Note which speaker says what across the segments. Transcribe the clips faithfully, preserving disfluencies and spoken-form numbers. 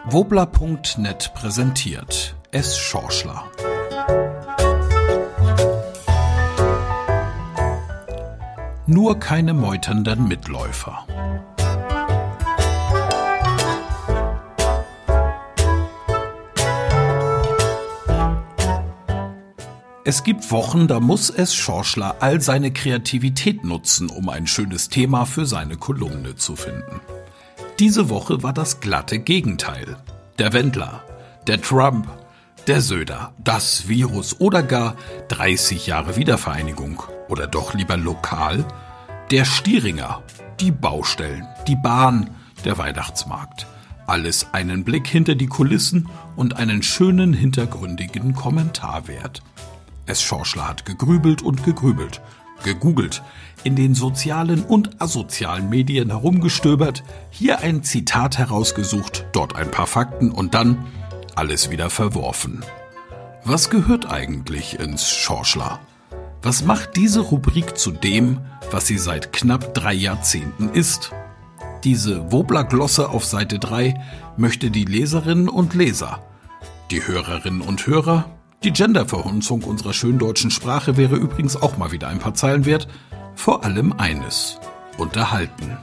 Speaker 1: Wobler Punkt net präsentiert S. Schorschler. Nur keine meuternden Mitläufer. Es gibt Wochen, da muss S. Schorschler all seine Kreativität nutzen, um ein schönes Thema für seine Kolumne zu finden. Diese Woche war das glatte Gegenteil. Der Wendler, der Trump, der Söder, das Virus oder gar dreißig Jahre Wiedervereinigung oder doch lieber lokal, der Stieringer, die Baustellen, die Bahn, der Weihnachtsmarkt. Alles einen Blick hinter die Kulissen und einen schönen hintergründigen Kommentar wert. S. Schorschler hat gegrübelt und gegrübelt, gegoogelt, in den sozialen und asozialen Medien herumgestöbert, hier ein Zitat herausgesucht, dort ein paar Fakten und dann alles wieder verworfen. Was gehört eigentlich ins Schorschler? Was macht diese Rubrik zu dem, was sie seit knapp drei Jahrzehnten ist? Diese Wobler-Glosse auf Seite drei möchte die Leserinnen und Leser, die Hörerinnen und Hörer. Die Genderverhunzung unserer schönen deutschen Sprache wäre übrigens auch mal wieder ein paar Zeilen wert. Vor allem eines: unterhalten.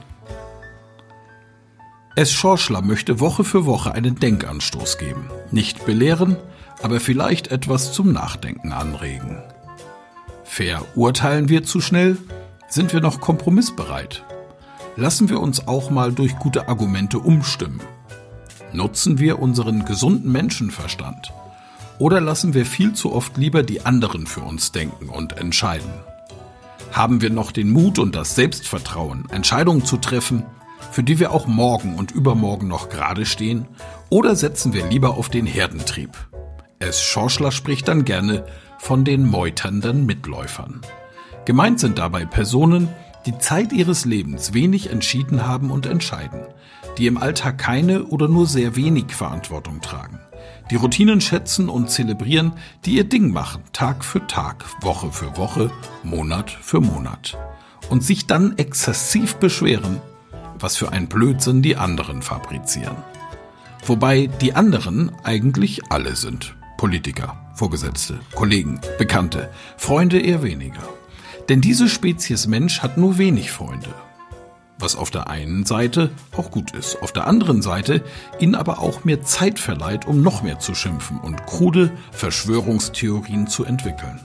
Speaker 1: S. Schorschler möchte Woche für Woche einen Denkanstoß geben. Nicht belehren, aber vielleicht etwas zum Nachdenken anregen. Verurteilen wir zu schnell? Sind wir noch kompromissbereit? Lassen wir uns auch mal durch gute Argumente umstimmen? Nutzen wir unseren gesunden Menschenverstand? Oder lassen wir viel zu oft lieber die anderen für uns denken und entscheiden? Haben wir noch den Mut und das Selbstvertrauen, Entscheidungen zu treffen, für die wir auch morgen und übermorgen noch gerade stehen? Oder setzen wir lieber auf den Herdentrieb? S. Schorschler spricht dann gerne von den meuternden Mitläufern. Gemeint sind dabei Personen, die Zeit ihres Lebens wenig entschieden haben und entscheiden, die im Alltag keine oder nur sehr wenig Verantwortung tragen, die Routinen schätzen und zelebrieren, die ihr Ding machen, Tag für Tag, Woche für Woche, Monat für Monat. Und sich dann exzessiv beschweren, was für ein Blödsinn die anderen fabrizieren. Wobei die anderen eigentlich alle sind. Politiker, Vorgesetzte, Kollegen, Bekannte, Freunde eher weniger. Denn diese Spezies Mensch hat nur wenig Freunde. Was auf der einen Seite auch gut ist, auf der anderen Seite ihnen aber auch mehr Zeit verleiht, um noch mehr zu schimpfen und krude Verschwörungstheorien zu entwickeln.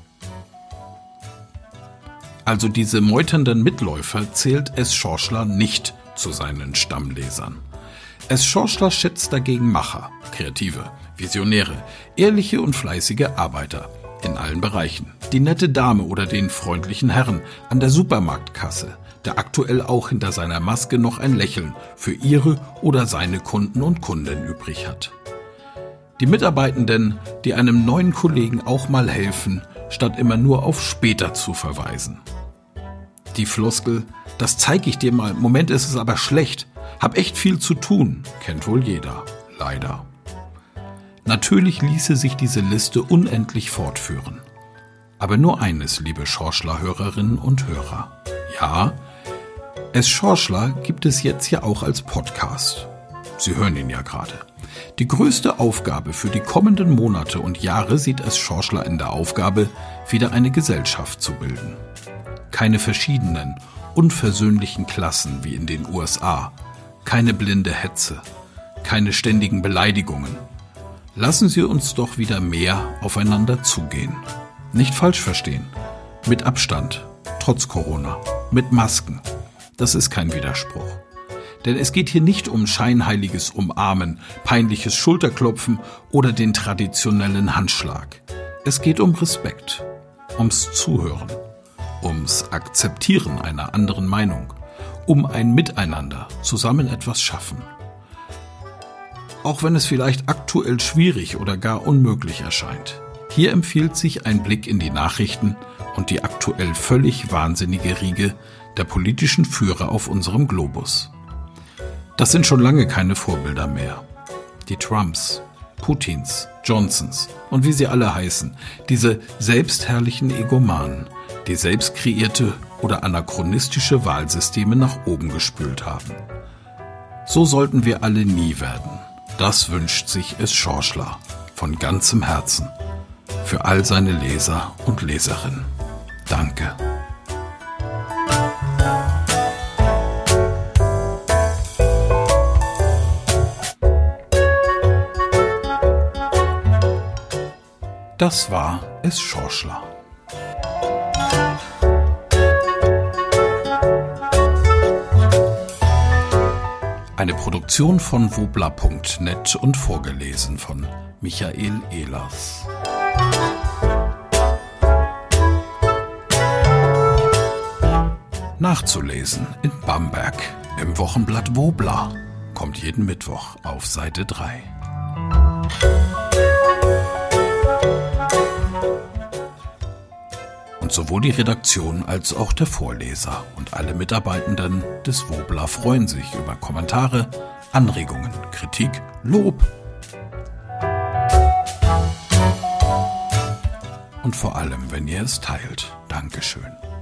Speaker 1: Also diese meuternden Mitläufer zählt S. Schorschler nicht zu seinen Stammlesern. S. Schorschler schätzt dagegen Macher, Kreative, Visionäre, ehrliche und fleißige Arbeiter in allen Bereichen. Die nette Dame oder den freundlichen Herrn an der Supermarktkasse, der aktuell auch hinter seiner Maske noch ein Lächeln für ihre oder seine Kunden und Kundinnen übrig hat. Die Mitarbeitenden, die einem neuen Kollegen auch mal helfen, statt immer nur auf später zu verweisen. Die Floskel, das zeige ich dir mal, Moment ist es aber schlecht, hab echt viel zu tun, kennt wohl jeder, leider. Natürlich ließe sich diese Liste unendlich fortführen. Aber nur eines, liebe Schorschler-Hörerinnen und Hörer. Ja, S. Schorschler gibt es jetzt ja auch als Podcast. Sie hören ihn ja gerade. Die größte Aufgabe für die kommenden Monate und Jahre sieht S. Schorschler in der Aufgabe, wieder eine Gesellschaft zu bilden. Keine verschiedenen, unversöhnlichen Klassen wie in den U S A. Keine blinde Hetze. Keine ständigen Beleidigungen. Lassen Sie uns doch wieder mehr aufeinander zugehen. Nicht falsch verstehen. Mit Abstand, trotz Corona, mit Masken. Das ist kein Widerspruch. Denn es geht hier nicht um scheinheiliges Umarmen, peinliches Schulterklopfen oder den traditionellen Handschlag. Es geht um Respekt, ums Zuhören, ums Akzeptieren einer anderen Meinung, um ein Miteinander, zusammen etwas schaffen. Auch wenn es vielleicht aktuell schwierig oder gar unmöglich erscheint. Hier empfiehlt sich ein Blick in die Nachrichten und die aktuell völlig wahnsinnige Riege der politischen Führer auf unserem Globus. Das sind schon lange keine Vorbilder mehr. Die Trumps, Putins, Johnsons und wie sie alle heißen, diese selbstherrlichen Egomanen, die selbst kreierte oder anachronistische Wahlsysteme nach oben gespült haben. So sollten wir alle nie werden. Das wünscht sich es Schorschler von ganzem Herzen für all seine Leser und Leserinnen. Danke. Das war es Schorschler. Eine Produktion von wobla punkt net und vorgelesen von Michael Ehlers. Nachzulesen in Bamberg im Wochenblatt Wobla. Kommt jeden Mittwoch auf Seite drei. Und sowohl die Redaktion als auch der Vorleser und alle Mitarbeitenden des Wobla freuen sich über Kommentare, Anregungen, Kritik, Lob. Und vor allem, wenn ihr es teilt. Dankeschön.